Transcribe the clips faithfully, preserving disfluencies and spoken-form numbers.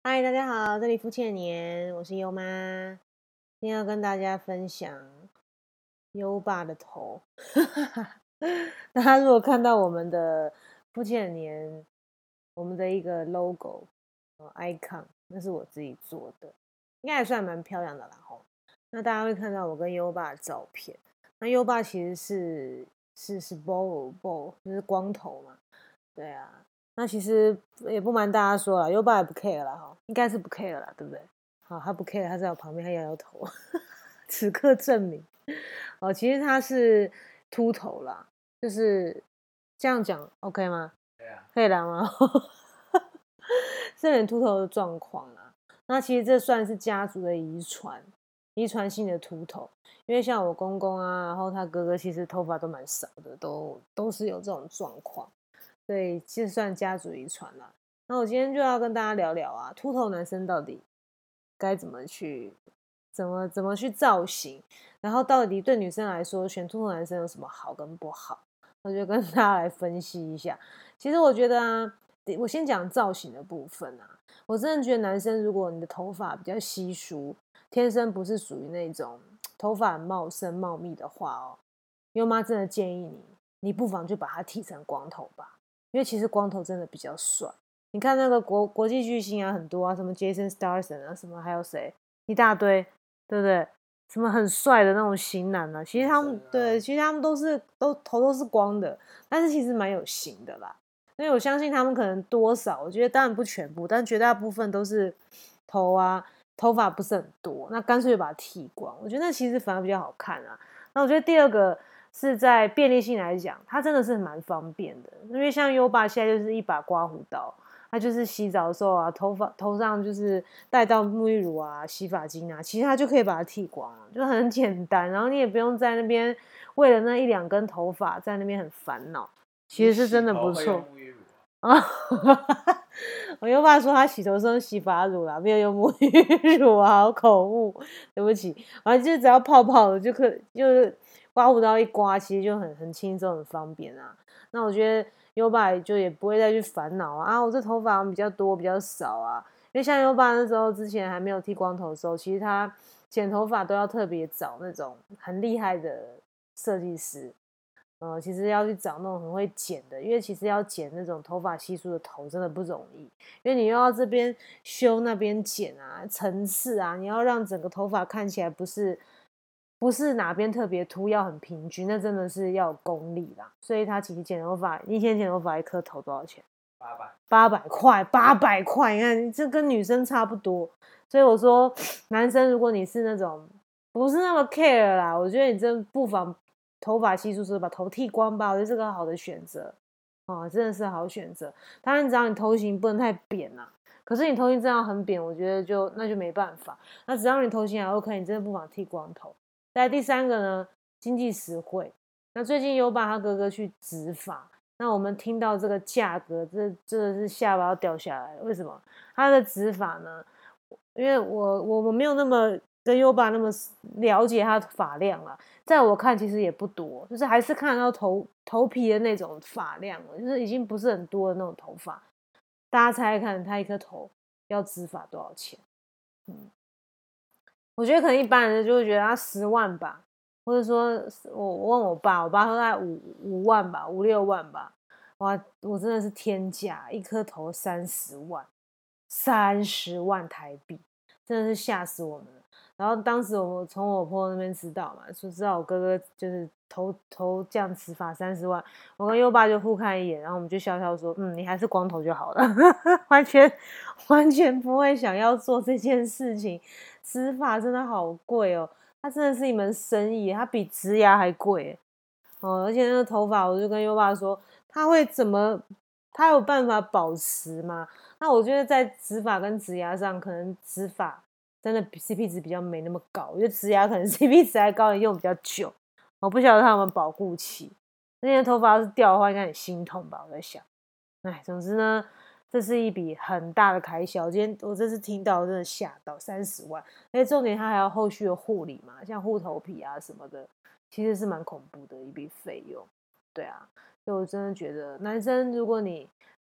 嗨，大家好，这里夫妻的年，我是优妈，今天要跟大家分享优爸的头。大家如果看到我们的夫妻的年，我们的一个 logo、呃、icon， 那是我自己做的，应该还算蛮漂亮的啦吼。那大家会看到我跟优爸的照片，那优爸其实是是是 bald bald，就是光头嘛，对啊。那其实也不瞒大家说啦，优爸也不 care 啦哈，应该是不 care 啦，对不对？好，他不 care，他在我旁边，他摇摇头，此刻证明。哦，其实他是秃头啦，就是这样讲 OK 吗？ 对啊， 可以啦吗？是有点秃头的状况啦。那其实这算是家族的遗传，遗传性的秃头。因为像我公公啊，然后他哥哥其实头发都蛮少的，都都是有这种状况。所以其实算家族遗传啦。那我今天就要跟大家聊聊啊，秃头男生到底该怎么去，怎么怎么去造型，然后到底对女生来说选秃头男生有什么好跟不好，我就跟大家来分析一下。其实我觉得啊，我先讲造型的部分啊，我真的觉得男生如果你的头发比较稀疏，天生不是属于那种头发很茂盛茂密的话哦，优妈真的建议你，你不妨就把它剃成光头吧。因为其实光头真的比较帅，你看那个国国际巨星啊，很多啊，什么 Jason Statham 啊，什么还有谁，一大堆，对不对？什么很帅的那种型男啊，其实他们对，其实他们都是都头都是光的，但是其实蛮有型的啦。因为我相信他们可能多少，我觉得当然不全部，但绝大部分都是头啊，头发不是很多，那干脆就把它剃光，我觉得那其实反而比较好看啊。那我觉得第二个是在便利性来讲，它真的是蛮方便的，因为像优爸现在就是一把刮胡刀，他就是洗澡的时候啊，头发头上就是带到沐浴乳啊、洗发精啊，其实他就可以把它剃光了，就很简单，然后你也不用在那边为了那一两根头发在那边很烦恼，其实是真的不错啊。我优爸说他洗头是用洗发乳啦，没有用沐浴乳啊，好口误，对不起。反正就只要泡泡的就可，就是刮胡刀一刮，其实就很很轻松、很方便啊。那我觉得优爸就也不会再去烦恼啊，啊我这头发比较多、比较少啊。因为像优爸那时候之前还没有剃光头的时候，其实他剪头发都要特别找那种很厉害的设计师。呃，其实要去找那种很会剪的，因为其实要剪那种头发稀疏的头真的不容易，因为你又要这边修那边剪啊，层次啊，你要让整个头发看起来不是不是哪边特别秃，要很平均，那真的是要有功力啦。所以他其实剪头发，一天剪头发一颗头多少钱？ 八百， 八百块，八百块，你看这跟女生差不多。所以我说，男生如果你是那种不是那么 care 啦，我觉得你真不妨头发稀疏时把头剃光吧，我觉得这个好的选择哦，真的是好选择。当然，只要你头型不能太扁啦，可是你头型这样很扁，我觉得就那就没办法。那只要你头型还 OK，你真的不妨剃光头。再来第三个呢，经济实惠。那最近有把他哥哥去植发，那我们听到这个价格，这真的是下巴要掉下来了。为什么？他的植发呢？因为我我我没有那么跟优爸那么了解他的发量啦，在我看其实也不多，就是还是看得到头头皮的那种发量了，就是已经不是很多的那种头发。大家猜猜看，他一颗头要植发多少钱？嗯，我觉得可能一般人就会觉得他十万吧，或者说我我问我爸，我爸说大概五五万吧，五六万吧。哇，我真的是天价，一颗头三十万，三十万台币，真的是吓死我们了。然后当时我从我婆婆那边知道嘛，说知道我哥哥就是头头这样植发三十万，我跟优爸就互看一眼，然后我们就笑笑说，嗯，你还是光头就好了，完全完全不会想要做这件事情。植发真的好贵哦，它真的是一门生意，它比植牙还贵哦。而且那个头发，我就跟优爸说，他会怎么，他有办法保持吗？那我觉得在植发跟植牙上，可能植发真的 C P 值比较没那么高，我觉得植牙可能 C P 值还高，你用比较久。我不晓得他们保护期，那些头发要是掉的话，应该很心痛吧？我在想，哎，总之呢。这是一笔很大的开销，今天我这次听到真的吓到三十万，而且重点它还要后续的护理嘛，像护头皮啊什么的，其实是蛮恐怖的一笔费用。对啊，所以我真的觉得男生如果你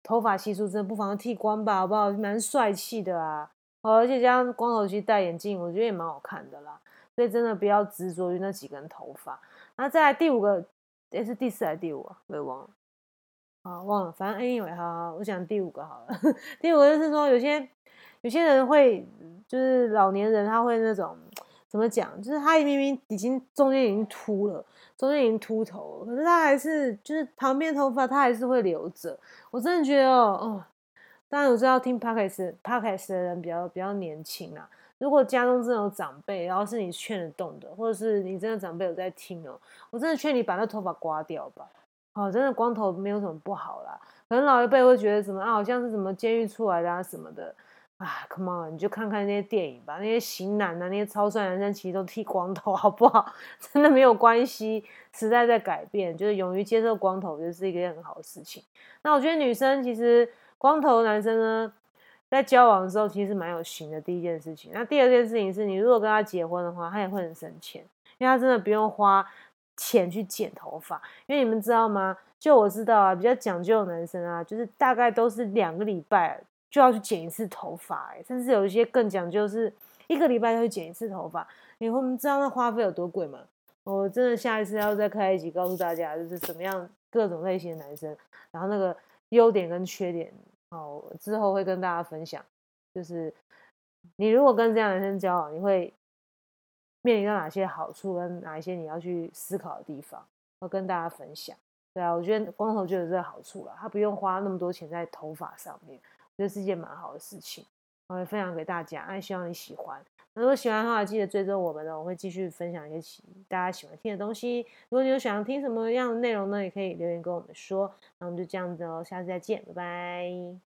头发稀疏，真的不妨剃光吧，好不好？蛮帅气的啊。哦，而且加上光头其实戴眼镜，我觉得也蛮好看的啦。所以真的不要执着于那几根头发。那再来第五个，诶，是第四还是第五啊？我也忘了。啊，忘了，反正 anyway，好好，我讲第五个好了。第五个就是说，有些有些人会，就是老年人他会那种怎么讲，就是他明明已经中间已经秃了，中间已经秃头了，可是他还是就是旁边头发他还是会留着。我真的觉得哦，哦当然我知道听 podcast podcast 的人比较比较年轻啊。如果家中真的有长辈，然后是你劝得动的，或者是你真的长辈有在听哦，我真的劝你把那头发刮掉吧。哦，真的光头没有什么不好啦。可能老一辈会觉得什么啊，好像是什么监狱出来的啊什么的。啊 c o m e on， 你就看看那些电影吧，那些型男啊，那些超帅男生其实都剃光头，好不好？真的没有关系，时代在改变，就是勇于接受光头，就是一个很好的事情。那我觉得女生其实光头的男生呢，在交往的时候其实蛮有型的。第一件事情，那第二件事情是你如果跟他结婚的话，他也会很省钱，因为他真的不用花钱去剪头发。因为你们知道吗？就我知道啊，比较讲究的男生啊，就是大概都是两个礼拜就要去剪一次头发，欸，甚至有一些更讲究是一个礼拜就会剪一次头发。你们知道那花费有多贵吗？我真的下一次要再开一集告诉大家，就是什么样各种类型的男生，然后那个优点跟缺点，哦，之后会跟大家分享。就是你如果跟这样的男生交往，你会面临到哪些好处，跟哪一些你要去思考的地方，要跟大家分享。对啊，我觉得光头就有这个好处了，他不用花那么多钱在头发上面，我觉得是一件蛮好的事情。我会分享给大家，那希望你喜欢。如果喜欢的话，记得追踪我们呢，我会继续分享一些大家喜欢听的东西。如果你有想听什么样的内容呢，也可以留言跟我们说。那我们就这样子哦，下次再见，拜拜。